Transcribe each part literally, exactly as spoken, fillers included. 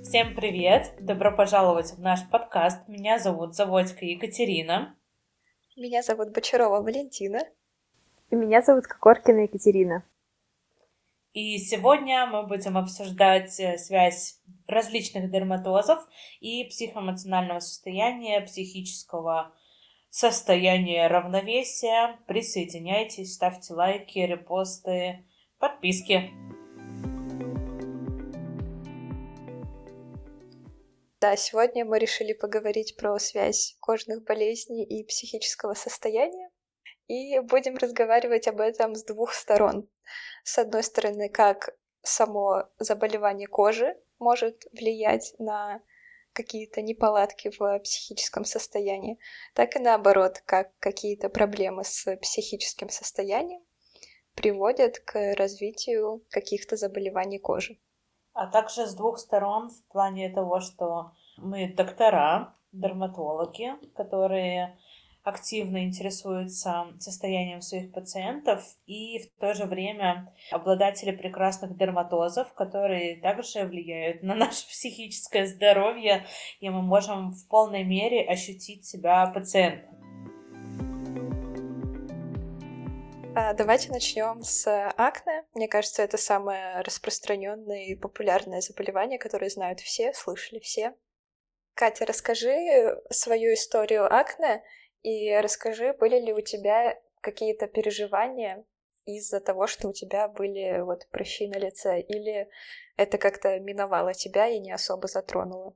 Всем привет! Добро пожаловать в наш подкаст. Меня зовут Заводько Екатерина. Меня зовут Бочарова Валентина. И меня зовут Кокоркина Екатерина. И сегодня мы будем обсуждать связь различных дерматозов и психоэмоционального состояния, психического состояния равновесия. Присоединяйтесь, ставьте лайки, репосты, подписки. Да, сегодня мы решили поговорить про связь кожных болезней и психического состояния. И будем разговаривать об этом с двух сторон. С одной стороны, как само заболевание кожи может влиять на какие-то неполадки в психическом состоянии, так и наоборот, как какие-то проблемы с психическим состоянием приводят к развитию каких-то заболеваний кожи. А также с двух сторон в плане того, что мы доктора, дерматологи, которые активно интересуются состоянием своих пациентов, и в то же время обладатели прекрасных дерматозов, которые также влияют на наше психическое здоровье, и мы можем в полной мере ощутить себя пациентом. Давайте начнем с акне. Мне кажется, это самое распространенное и популярное заболевание, которое знают все, слышали все. Катя, расскажи свою историю акне и расскажи, были ли у тебя какие-то переживания из-за того, что у тебя были вот прыщи на лице, или это как-то миновало тебя и не особо затронуло?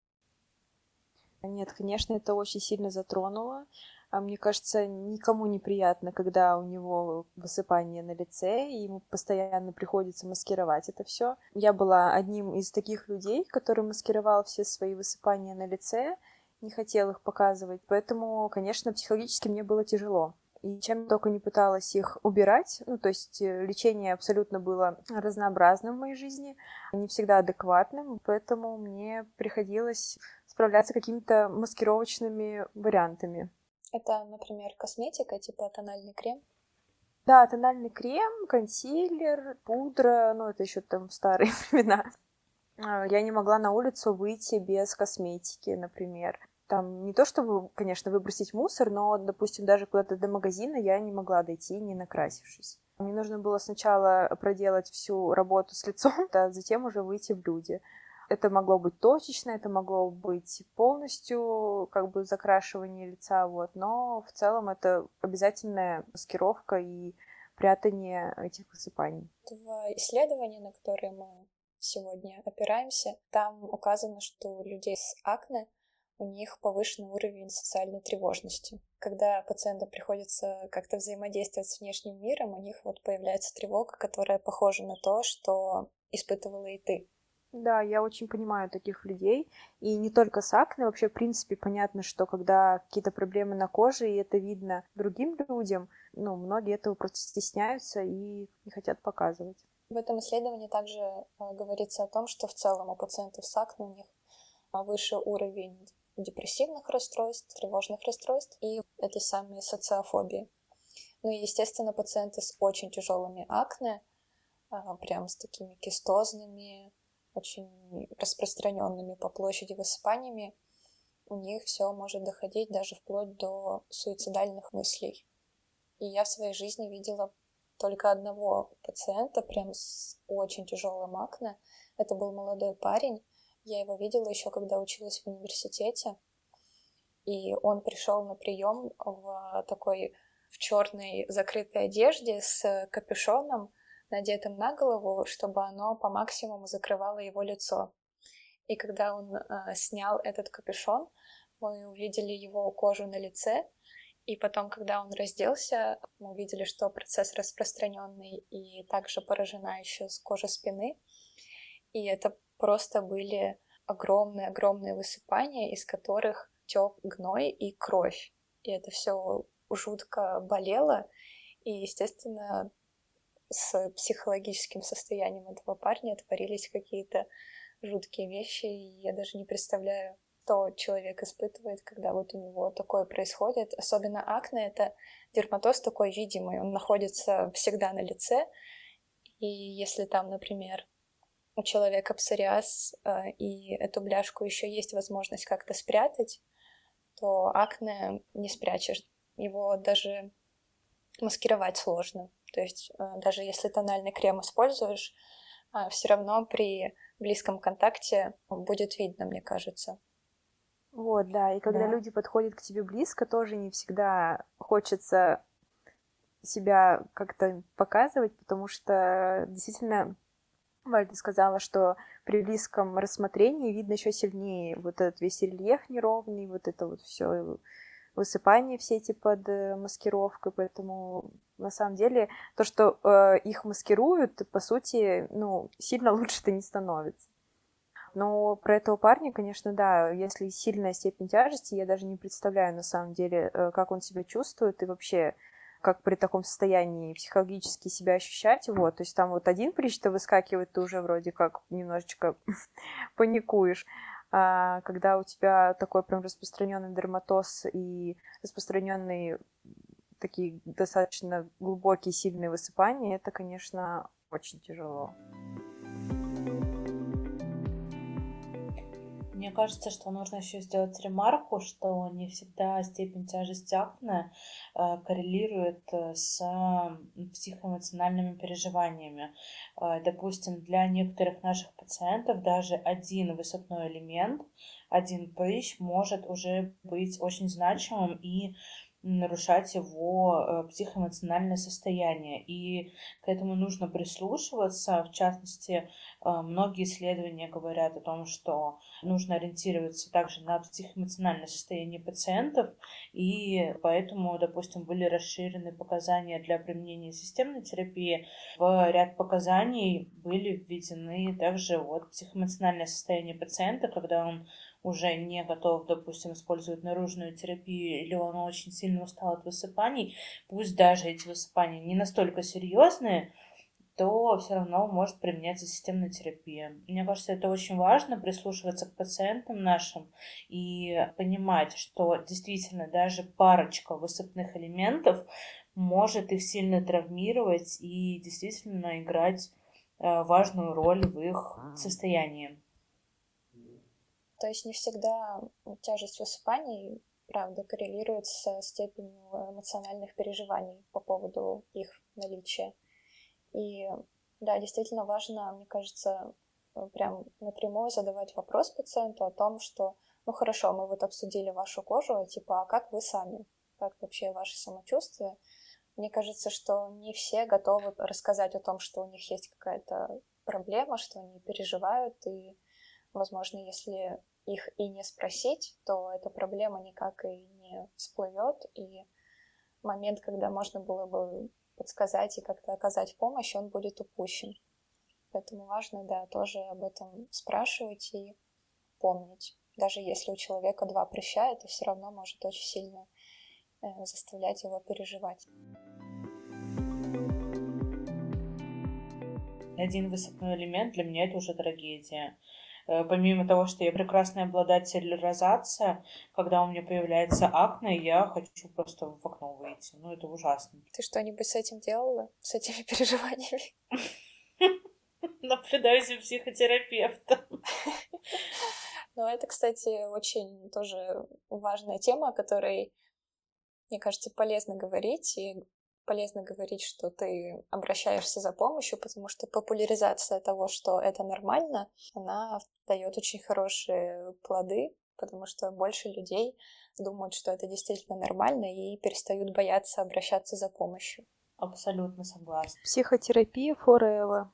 Нет, конечно, это очень сильно затронуло. А мне кажется, никому неприятно, когда у него высыпание на лице, и ему постоянно приходится маскировать это все. Я была одним из таких людей, который маскировал все свои высыпания на лице, не хотел их показывать, поэтому, конечно, психологически мне было тяжело. И чем я только не пыталась их убирать, ну, то есть лечение абсолютно было разнообразным в моей жизни, не всегда адекватным, поэтому мне приходилось справляться какими-то маскировочными вариантами. Это, например, косметика, типа тональный крем? Да, тональный крем, консилер, пудра, ну, это еще там старые времена. Я не могла на улицу выйти без косметики, например. Там не то, чтобы, конечно, выбросить мусор, но, допустим, даже куда-то до магазина я не могла дойти, не накрасившись. Мне нужно было сначала проделать всю работу с лицом, а затем уже выйти в люди. Это могло быть точечно, это могло быть полностью как бы закрашивание лица, вот, но в целом это обязательная маскировка и прятание этих высыпаний. В исследовании, на которое мы сегодня опираемся, там указано, что у людей с акне у них повышенный уровень социальной тревожности. Когда пациентам приходится как-то взаимодействовать с внешним миром, у них вот появляется тревога, которая похожа на то, что испытывала и ты. Да, я очень понимаю таких людей. И не только с акне. Вообще, в принципе, понятно, что когда какие-то проблемы на коже, и это видно другим людям, ну, многие этого просто стесняются и не хотят показывать. В этом исследовании также э, говорится о том, что в целом у пациентов с акне у них выше уровень депрессивных расстройств, тревожных расстройств и этой самой социофобии. Ну и, естественно, пациенты с очень тяжелыми акне, э, прям с такими кистозными, очень распространенными по площади высыпаниями, у них все может доходить даже вплоть до суицидальных мыслей. И я в своей жизни видела только одного пациента, прям с очень тяжелым акне. Это был молодой парень. Я его видела еще, когда училась в университете. И он пришел на прием в такой в черной закрытой одежде с капюшоном, надетым на голову, чтобы оно по максимуму закрывало его лицо. И когда он э, снял этот капюшон, мы увидели его кожу на лице, и потом, когда он разделся, мы увидели, что процесс распространенный, и также поражена еще кожа спины. И это просто были огромные-огромные высыпания, из которых тек гной и кровь. И это все жутко болело, и, естественно, с психологическим состоянием этого парня творились какие-то жуткие вещи, и я даже не представляю, что человек испытывает, когда вот у него такое происходит. Особенно акне — это дерматоз такой видимый, он находится всегда на лице, и если там, например, у человека псориаз, и эту бляшку еще есть возможность как-то спрятать, то акне не спрячешь. Его даже маскировать сложно. То есть даже если тональный крем используешь, все равно при близком контакте будет видно, мне кажется. Вот, да, и когда Да. люди подходят к тебе близко, тоже не всегда хочется себя как-то показывать, потому что действительно, Валь, ты сказала, что при близком рассмотрении видно еще сильнее вот этот весь рельеф неровный, вот это вот все высыпания все эти под маскировкой, поэтому на самом деле то, что э, их маскируют, по сути, ну, сильно лучше-то не становится. Но про этого парня, конечно, да, если сильная степень тяжести, я даже не представляю на самом деле, э, как он себя чувствует и вообще как при таком состоянии психологически себя ощущать, вот, то есть там вот один прыщ-то выскакивает, ты уже вроде как немножечко паникуешь, а когда у тебя такой прям распространенный дерматоз и распространенные такие достаточно глубокие, сильные высыпания, это, конечно, очень тяжело. Мне кажется, что нужно еще сделать ремарку, что не всегда степень тяжести акне э, коррелирует с психоэмоциональными переживаниями. Э, допустим, для некоторых наших пациентов даже один высыпной элемент, один прыщ может уже быть очень значимым и нарушать его психоэмоциональное состояние. И к этому нужно прислушиваться. В частности, многие исследования говорят о том, что нужно ориентироваться также на психоэмоциональное состояние пациентов, и поэтому, допустим, были расширены показания для применения системной терапии. В ряд показаний были введены также вот психоэмоциональное состояние пациента, когда он уже не готов, допустим, использовать наружную терапию, или он очень сильно устал от высыпаний, пусть даже эти высыпания не настолько серьезные, то все равно может применяться системная терапия. Мне кажется, это очень важно, прислушиваться к пациентам нашим и понимать, что действительно даже парочка высыпных элементов может их сильно травмировать и действительно играть важную роль в их состоянии. То есть не всегда тяжесть высыпаний, правда, коррелирует со степенью эмоциональных переживаний по поводу их наличия. И да, действительно важно, мне кажется, прям напрямую задавать вопрос пациенту о том, что, ну хорошо, мы вот обсудили вашу кожу, а типа, а как вы сами? Как вообще ваше самочувствие? Мне кажется, что не все готовы рассказать о том, что у них есть какая-то проблема, что они переживают, и, возможно, если их и не спросить, то эта проблема никак и не всплывет, и момент, когда можно было бы подсказать и как-то оказать помощь, он будет упущен. Поэтому важно, да, тоже об этом спрашивать и помнить. Даже если у человека два прыща, это все равно может очень сильно э, заставлять его переживать. Один высыпной элемент для меня это уже трагедия. Помимо того, что я прекрасный обладатель розация, когда у меня появляется акне, я хочу просто в окно выйти. Ну, это ужасно. Ты что-нибудь с этим делала? С этими переживаниями? Наблюдаю за психотерапевтом. Ну, это, кстати, очень тоже важная тема, о которой, мне кажется, полезно говорить. И полезно говорить, что ты обращаешься за помощью, потому что популяризация того, что это нормально, она дает очень хорошие плоды, потому что больше людей думают, что это действительно нормально и перестают бояться обращаться за помощью. Абсолютно согласна. Психотерапия forever.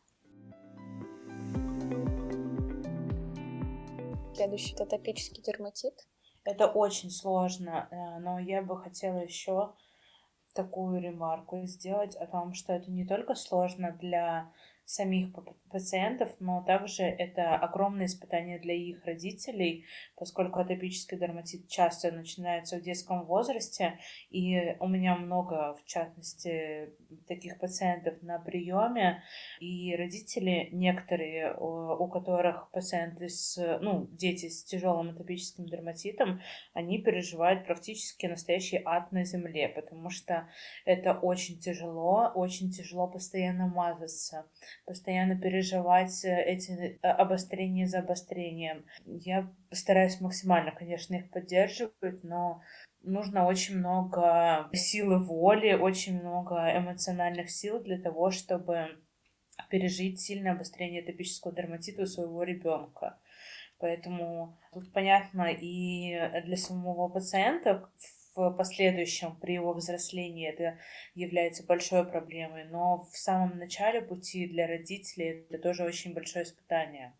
Следующий — это атопический дерматит. Это очень сложно, но я бы хотела еще такую ремарку сделать о том, что это не только сложно для самих пациентов, но также это огромное испытание для их родителей, поскольку атопический дерматит часто начинается в детском возрасте, и у меня много, в частности, таких пациентов на приеме, и родители, некоторые, у которых пациенты с, ну, дети с тяжелым атопическим дерматитом, они переживают практически настоящий ад на земле, потому что это очень тяжело, очень тяжело постоянно мазаться. постоянно переживать эти обострения за обострением. Я стараюсь максимально, конечно, их поддерживать, но нужно очень много силы воли, очень много эмоциональных сил для того, чтобы пережить сильное обострение атопического дерматита у своего ребенка. Поэтому тут понятно и для самого пациента в последующем, при его взрослении, это является большой проблемой, но в самом начале пути для родителей это тоже очень большое испытание.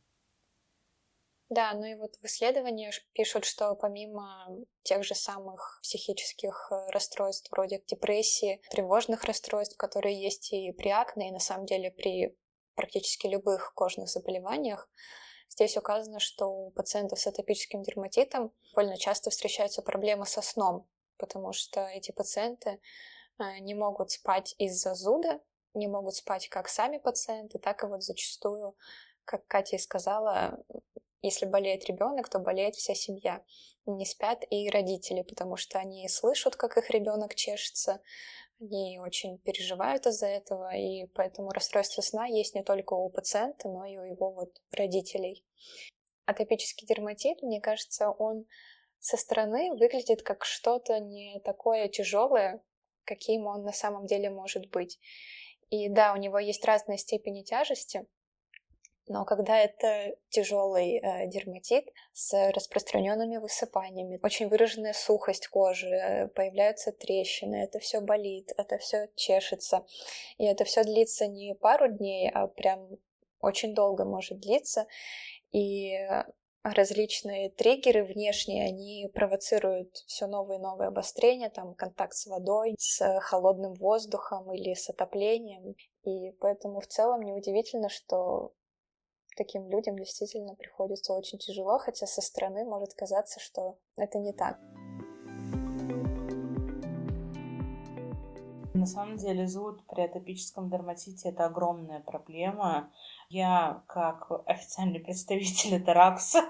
Да, ну и вот в исследовании пишут, что помимо тех же самых психических расстройств, вроде депрессии, тревожных расстройств, которые есть и при акне, и на самом деле при практически любых кожных заболеваниях, здесь указано, что у пациентов с атопическим дерматитом довольно часто встречаются проблемы со сном, потому что эти пациенты не могут спать из-за зуда, не могут спать как сами пациенты, так и вот зачастую, как Катя и сказала, если болеет ребенок, то болеет вся семья. Не спят и родители, потому что они слышат, как их ребенок чешется, они очень переживают из-за этого, и поэтому расстройство сна есть не только у пациента, но и у его вот родителей. Атопический дерматит, мне кажется, он со стороны выглядит как что-то не такое тяжелое, каким он на самом деле может быть. И да, у него есть разные степени тяжести, но когда это тяжелый э, дерматит с распространенными высыпаниями, очень выраженная сухость кожи, появляются трещины, это все болит, это все чешется, и это все длится не пару дней, а прям очень долго может длиться, и различные триггеры внешние, они провоцируют все новые и новые обострения, там контакт с водой, с холодным воздухом или с отоплением, и поэтому в целом неудивительно, что таким людям действительно приходится очень тяжело, хотя со стороны может казаться, что это не так. На самом деле зуд при атопическом дерматите — это огромная проблема. Я, как официальный представитель Атаракса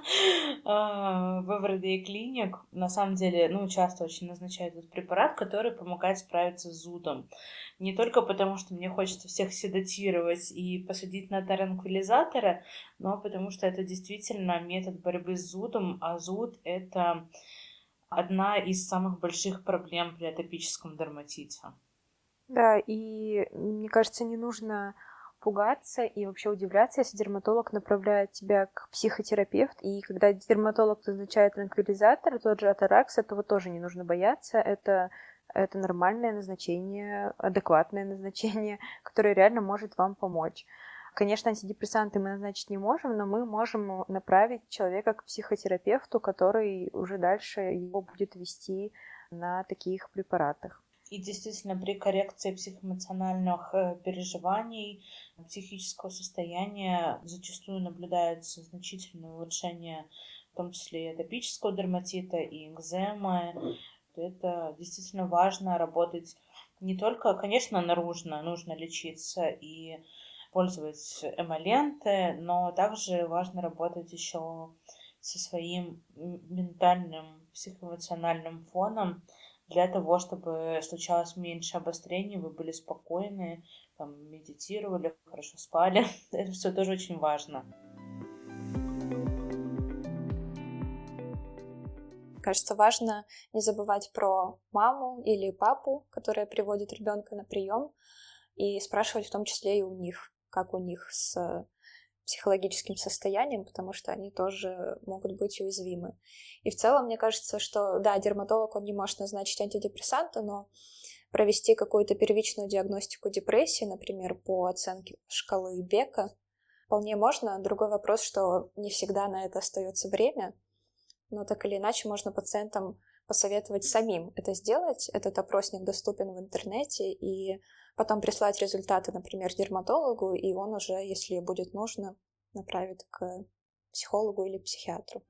в Everyday Clinic, на самом деле, ну, часто очень назначаю этот препарат, который помогает справиться с зудом. Не только потому, что мне хочется всех седатировать и посадить на транквилизаторы, но потому что это действительно метод борьбы с зудом, а зуд — это одна из самых больших проблем при атопическом дерматите. Да, и мне кажется, не нужно пугаться и вообще удивляться, если дерматолог направляет тебя к психотерапевту, и когда дерматолог назначает транквилизатор, тот же Атаракс, этого тоже не нужно бояться, это, это нормальное назначение, адекватное назначение, которое реально может вам помочь. Конечно, антидепрессанты мы назначить не можем, но мы можем направить человека к психотерапевту, который уже дальше его будет вести на таких препаратах. И действительно, при коррекции психоэмоциональных переживаний, психического состояния зачастую наблюдается значительное улучшение, в том числе и атопического дерматита, и экземы. Это действительно важно работать не только, конечно, наружно, нужно лечиться и пользоваться эмоленты, но также важно работать еще со своим ментальным, психоэмоциональным фоном, для того, чтобы случалось меньше обострений, вы были спокойны, там, медитировали, хорошо спали. Это все тоже очень важно. Кажется, важно не забывать про маму или папу, которые приводят ребенка на прием, и спрашивать в том числе и у них, как у них с психологическим состоянием, потому что они тоже могут быть уязвимы. И в целом, мне кажется, что, да, дерматолог, он не может назначить антидепрессанты, но провести какую-то первичную диагностику депрессии, например, по оценке шкалы Бека, вполне можно. Другой вопрос, что не всегда на это остается время, но так или иначе можно пациентам посоветовать самим это сделать. Этот опросник доступен в интернете, и потом прислать результаты, например, дерматологу, и он уже, если будет нужно, направит к психологу или психиатру.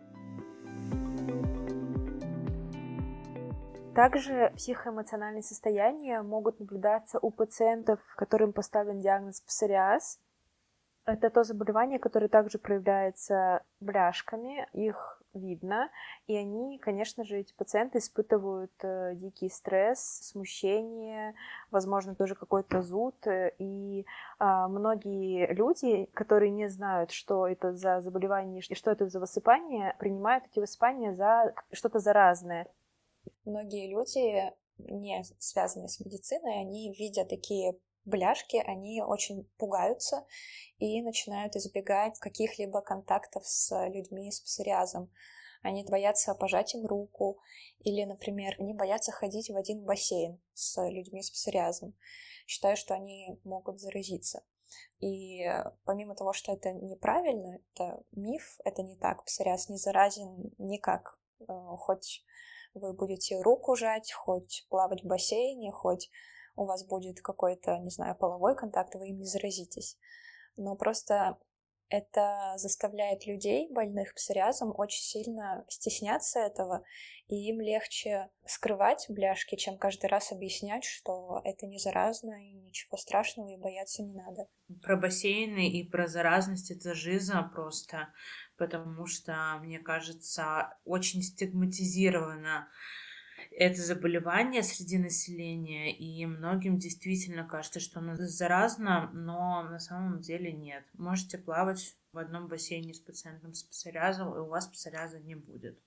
Также психоэмоциональные состояния могут наблюдаться у пациентов, которым поставлен диагноз псориаз. Это то заболевание, которое также проявляется бляшками. Их видно, и они, конечно же, эти пациенты испытывают э, дикий стресс, смущение, возможно, тоже какой-то зуд, и э, многие люди, которые не знают, что это за заболевание и что это за высыпание, принимают эти высыпания за что-то заразное. Многие люди, не связанные с медициной, они, видя такие бляшки, они очень пугаются и начинают избегать каких-либо контактов с людьми с псориазом. Они боятся пожать им руку или, например, они боятся ходить в один бассейн с людьми с псориазом, считая, что они могут заразиться. И помимо того, что это неправильно, это миф, это не так, псориаз не заразен никак, хоть вы будете руку жать, хоть плавать в бассейне, хоть у вас будет какой-то, не знаю, половой контакт, вы им не заразитесь. Но просто это заставляет людей, больных псориазом, очень сильно стесняться этого, и им легче скрывать бляшки, чем каждый раз объяснять, что это не заразно, и ничего страшного, и бояться не надо. Про бассейны и про заразность — это жиза просто, потому что, мне кажется, очень стигматизировано это заболевание среди населения, и многим действительно кажется, что оно заразно, но на самом деле нет. Можете плавать в одном бассейне с пациентом с псориазом, и у вас псориаза не будет.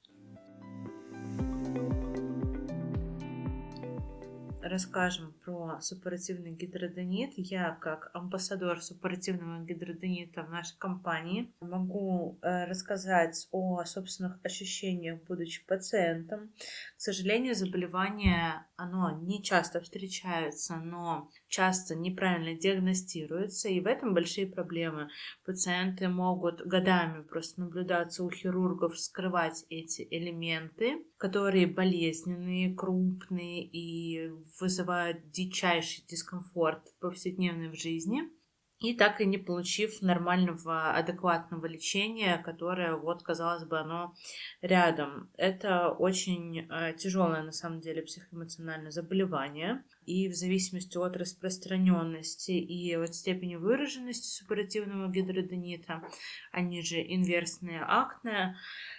Расскажем про суппуративный гидроденит. Я, как амбассадор суппуративного гидроденита в нашей компании, могу э, рассказать о собственных ощущениях, будучи пациентом. К сожалению, заболевание, оно не часто встречается, но часто неправильно диагностируется, и в этом большие проблемы. Пациенты могут годами просто наблюдаться у хирургов, скрывать эти элементы, которые болезненные, крупные и вызывают дичайший дискомфорт в повседневной жизни, и так и не получив нормального, адекватного лечения, которое, вот, казалось бы, оно рядом. Это очень э, тяжелое, на самом деле, психоэмоциональное заболевание, и в зависимости от распространенности и от степени выраженности суппуративного гидроденита, они же инверсные акне,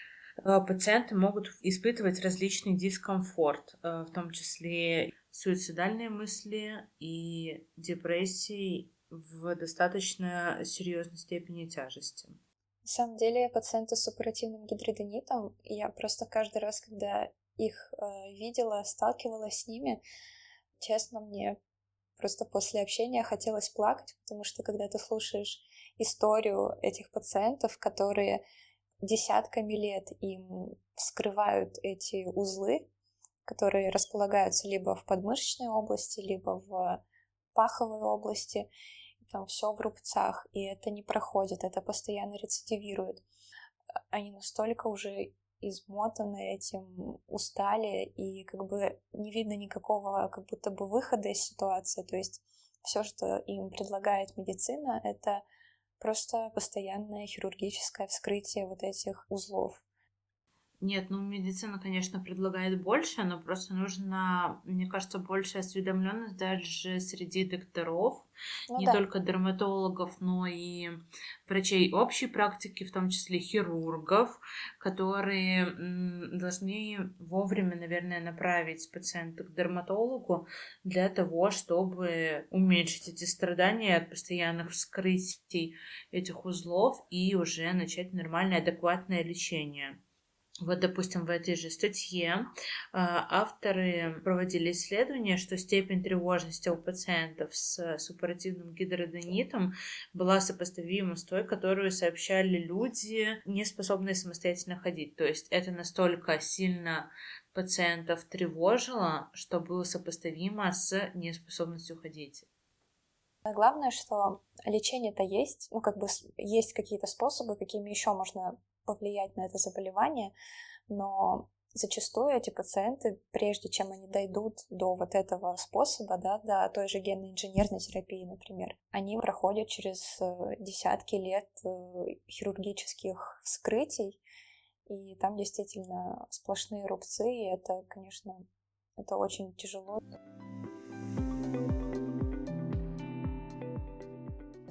пациенты могут испытывать различный дискомфорт, в том числе суицидальные мысли и депрессии в достаточно серьезной степени тяжести. На самом деле пациенты с суппуративным гидроденитом, я просто каждый раз, когда их э, видела, сталкивалась с ними, честно, мне просто после общения хотелось плакать, потому что когда ты слушаешь историю этих пациентов, которые десятками лет им вскрывают эти узлы, которые располагаются либо в подмышечной области, либо в паховой области, там все в рубцах, и это не проходит, это постоянно рецидивирует. Они настолько уже измотаны этим, устали, и как бы не видно никакого как будто бы выхода из ситуации. То есть все, что им предлагает медицина, это просто постоянное хирургическое вскрытие вот этих узлов. Нет, ну медицина, конечно, предлагает больше, но просто нужно, мне кажется, больше осведомленность даже среди докторов, ну, не да. только дерматологов, но и врачей общей практики, в том числе хирургов, которые м, должны вовремя, наверное, направить пациента к дерматологу для того, чтобы уменьшить эти страдания от постоянных вскрытий этих узлов и уже начать нормальное, адекватное лечение. Вот, допустим, в этой же статье э, авторы проводили исследование, что степень тревожности у пациентов с суппуративным гидроденитом была сопоставима с той, которую сообщали люди, не способные самостоятельно ходить. То есть это настолько сильно пациентов тревожило, что было сопоставимо с неспособностью ходить. Главное, что лечение-то есть, ну как бы есть какие-то способы, какими еще можно повлиять на это заболевание, но зачастую эти пациенты, прежде чем они дойдут до вот этого способа, да, до той же генной инженерной терапии, например, они проходят через десятки лет хирургических вскрытий, и там действительно сплошные рубцы, и это, конечно, это очень тяжело.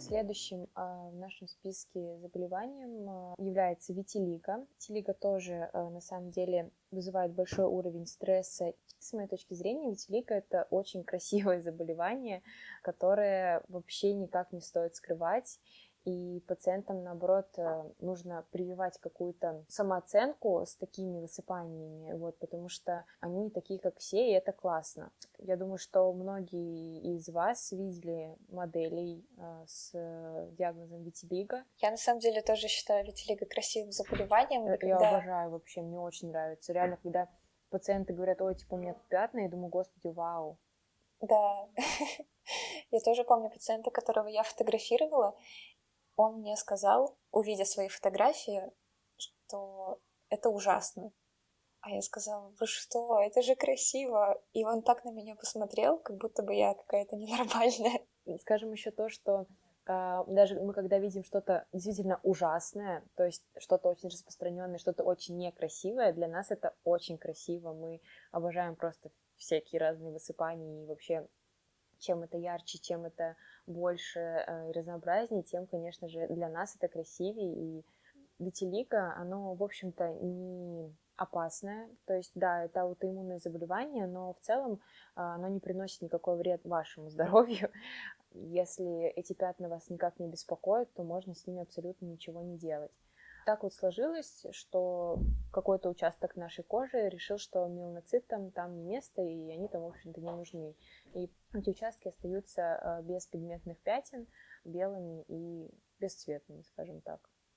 Следующим э, в нашем списке заболеванием э, является витилиго. Витилиго тоже, э, на самом деле, вызывает большой уровень стресса. С моей точки зрения, витилиго — это очень красивое заболевание, которое вообще никак не стоит скрывать. И пациентам, наоборот, нужно прививать какую-то самооценку с такими высыпаниями, вот, потому что они не такие, как все, и это классно. Я думаю, что многие из вас видели моделей э, с диагнозом витилиго. Я, на самом деле, тоже считаю витилиго красивым заболеванием. Я когда... обожаю вообще, мне очень нравится. Реально, когда пациенты говорят: ой, типа, у меня пятна, я думаю: господи, вау. Да, я тоже помню пациента, которого я фотографировала. Он мне сказал, увидя свои фотографии, что это ужасно. А я сказала: вы что, это же красиво. И он так на меня посмотрел, как будто бы я какая-то ненормальная. Скажем еще то, что э, даже мы, когда видим что-то действительно ужасное, то есть что-то очень распространенное, что-то очень некрасивое, для нас это очень красиво. Мы обожаем просто всякие разные высыпания, и вообще, чем это ярче, чем это больше э, и разнообразнее, тем, конечно же, для нас это красивее. И витилиго, оно, в общем-то, не опасное. То есть, да, это аутоиммунное заболевание, но в целом э, оно не приносит никакой вред вашему здоровью. Если эти пятна вас никак не беспокоят, то можно с ними абсолютно ничего не делать. Так вот сложилось, что какой-то участок нашей кожи решил, что меланоцитам там не место, и они там, в общем-то, не нужны. И эти участки остаются без пигментных пятен, белыми и бесцветными, скажем так.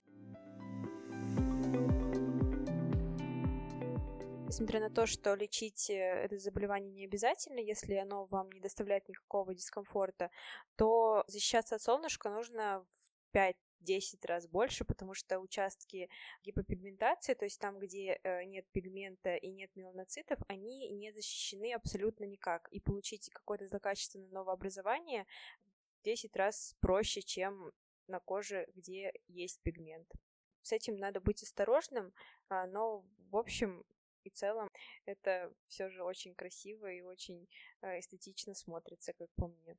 Несмотря на то, что лечить это заболевание не обязательно, если оно вам не доставляет никакого дискомфорта, то защищаться от солнышка нужно в пять-десять раз больше, потому что участки гипопигментации, то есть там, где нет пигмента и нет меланоцитов, они не защищены абсолютно никак. И получить какое-то злокачественное новообразование в десять раз проще, чем на коже, где есть пигмент. С этим надо быть осторожным, но, в общем и целом, это все же очень красиво и очень эстетично смотрится, как по мне.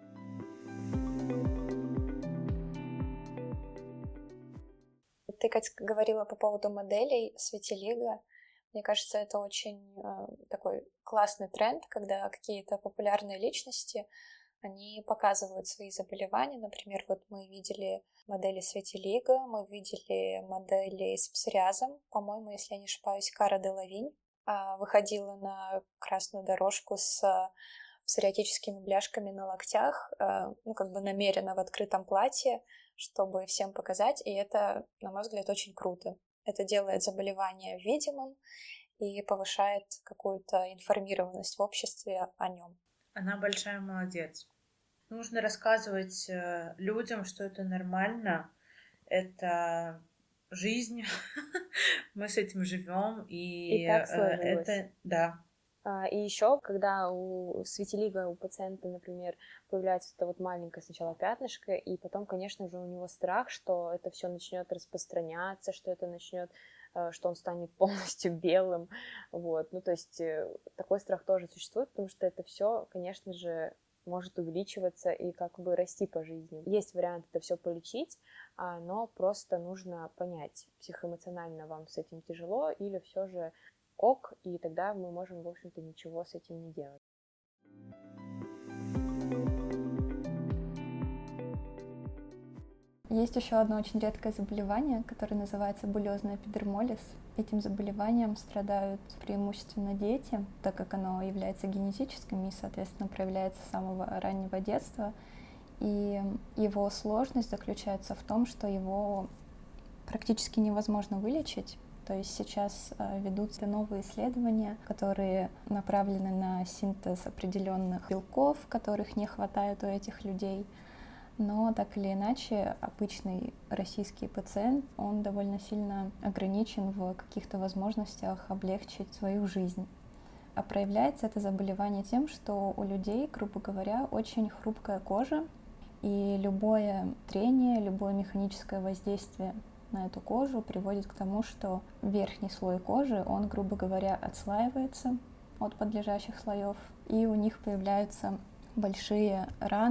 Ты, Катя, говорила по поводу моделей с витилиго. Мне кажется, это очень э, такой классный тренд, когда какие-то популярные личности, они показывают свои заболевания. Например, вот мы видели модели с витилиго, мы видели модели с псориазом. По-моему, если я не ошибаюсь, Кара Делавинь выходила на красную дорожку с псориатическими бляшками на локтях, ну, как бы намеренно в открытом платье, чтобы всем показать, и это, на мой взгляд, очень круто. Это делает заболевание видимым и повышает какую-то информированность в обществе о нем. Она большая молодец. Нужно рассказывать людям, что это нормально, это жизнь, мы с этим живем, и, и так сложилось. Это, да. И еще, когда у с витилиго у пациента, например, появляется это вот маленькое сначала пятнышко, и потом, конечно же, у него страх, что это все начнет распространяться, что это начнет, что он станет полностью белым, вот. Ну, то есть такой страх тоже существует, потому что это все, конечно же, может увеличиваться и как бы расти по жизни. Есть вариант это все полечить, но просто нужно понять, психоэмоционально вам с этим тяжело или все же ок, и тогда мы можем, в общем-то, ничего с этим не делать. Есть еще одно очень редкое заболевание, которое называется буллезный эпидермолиз. Этим заболеванием страдают преимущественно дети, так как оно является генетическим и, соответственно, проявляется с самого раннего детства. И его сложность заключается в том, что его практически невозможно вылечить. То есть сейчас ведутся новые исследования, которые направлены на синтез определенных белков, которых не хватает у этих людей. Но так или иначе, обычный российский пациент, он довольно сильно ограничен в каких-то возможностях облегчить свою жизнь. А проявляется это заболевание тем, что у людей, грубо говоря, очень хрупкая кожа, и любое трение, любое механическое воздействие на эту кожу приводит к тому, что верхний слой кожи, он, грубо говоря, отслаивается от подлежащих слоев, и у них появляются большие раны,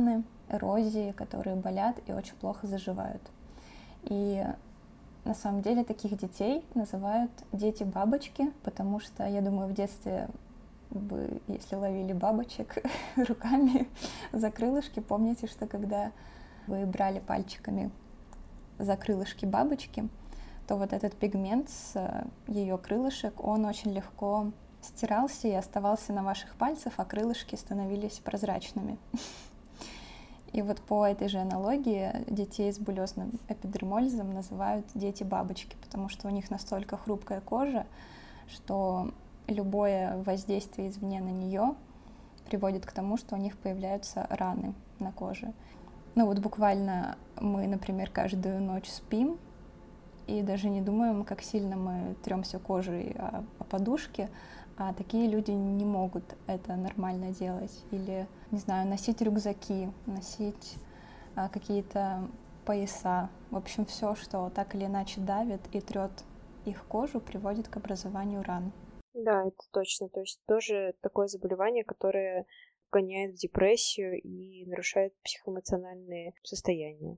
эрозии, которые болят и очень плохо заживают. И на самом деле таких детей называют дети-бабочки, потому что, я думаю, в детстве вы, если ловили бабочек руками за крылышки, помните, что когда вы брали пальчиками за крылышки бабочки, то вот этот пигмент с ее крылышек, он очень легко стирался и оставался на ваших пальцах, а крылышки становились прозрачными. И вот по этой же аналогии детей с буллезным эпидермолизом называют дети-бабочки, потому что у них настолько хрупкая кожа, что любое воздействие извне на нее приводит к тому, что у них появляются раны на коже. Ну вот буквально мы, например, каждую ночь спим и даже не думаем, как сильно мы трёмся кожей о, о подушке, а такие люди не могут это нормально делать. Или, не знаю, носить рюкзаки, носить а, какие-то пояса. В общем, все, что так или иначе давит и трет их кожу, приводит к образованию ран. Да, это точно. То есть тоже такое заболевание, которое вгоняет в депрессию и нарушает психоэмоциональные состояния.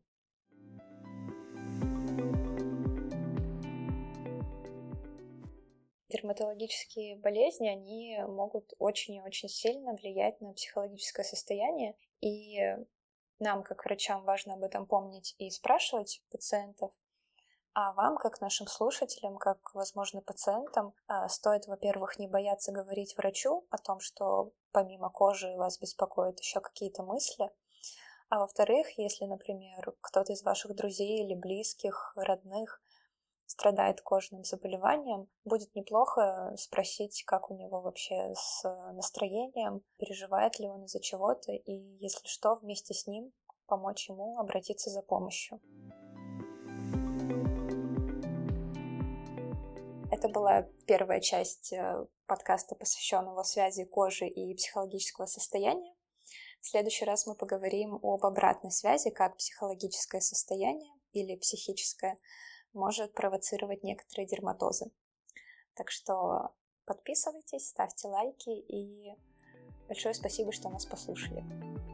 Дерматологические болезни, они могут очень и очень сильно влиять на психологическое состояние, и нам, как врачам, важно об этом помнить и спрашивать пациентов. А вам, как нашим слушателям, как, возможно, пациентам, стоит, во-первых, не бояться говорить врачу о том, что помимо кожи вас беспокоят еще какие-то мысли. А во-вторых, если, например, кто-то из ваших друзей или близких, родных страдает кожным заболеванием, будет неплохо спросить, как у него вообще с настроением, переживает ли он из-за чего-то, и, если что, вместе с ним помочь ему обратиться за помощью. Это была первая часть подкаста, посвященного связи кожи и психологического состояния. В следующий раз мы поговорим об обратной связи, как психологическое состояние или психическое может провоцировать некоторые дерматозы. Так что подписывайтесь, ставьте лайки и большое спасибо, что нас послушали.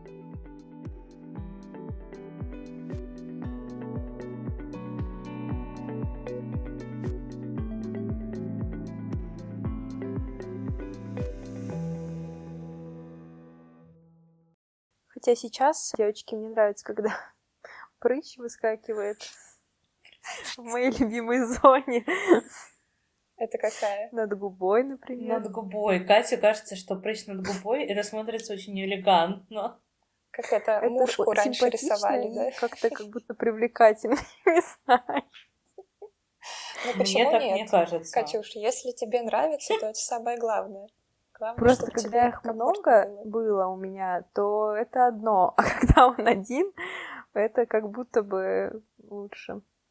Хотя сейчас, девочки, мне нравится, когда прыщ выскакивает в моей любимой зоне. Это какая? Над губой, например. Над губой. Кате кажется, что прыщ над губой, это смотрится очень элегантно. Как это, это мушку раньше рисовали, да? Как-то как будто привлекательно, не знаю. Ну почему Мне так нет? не кажется. Катюш, если тебе нравится, то это самое главное. Главное, просто когда их много было. было у меня, то это одно, а когда он один, это как будто бы лучше.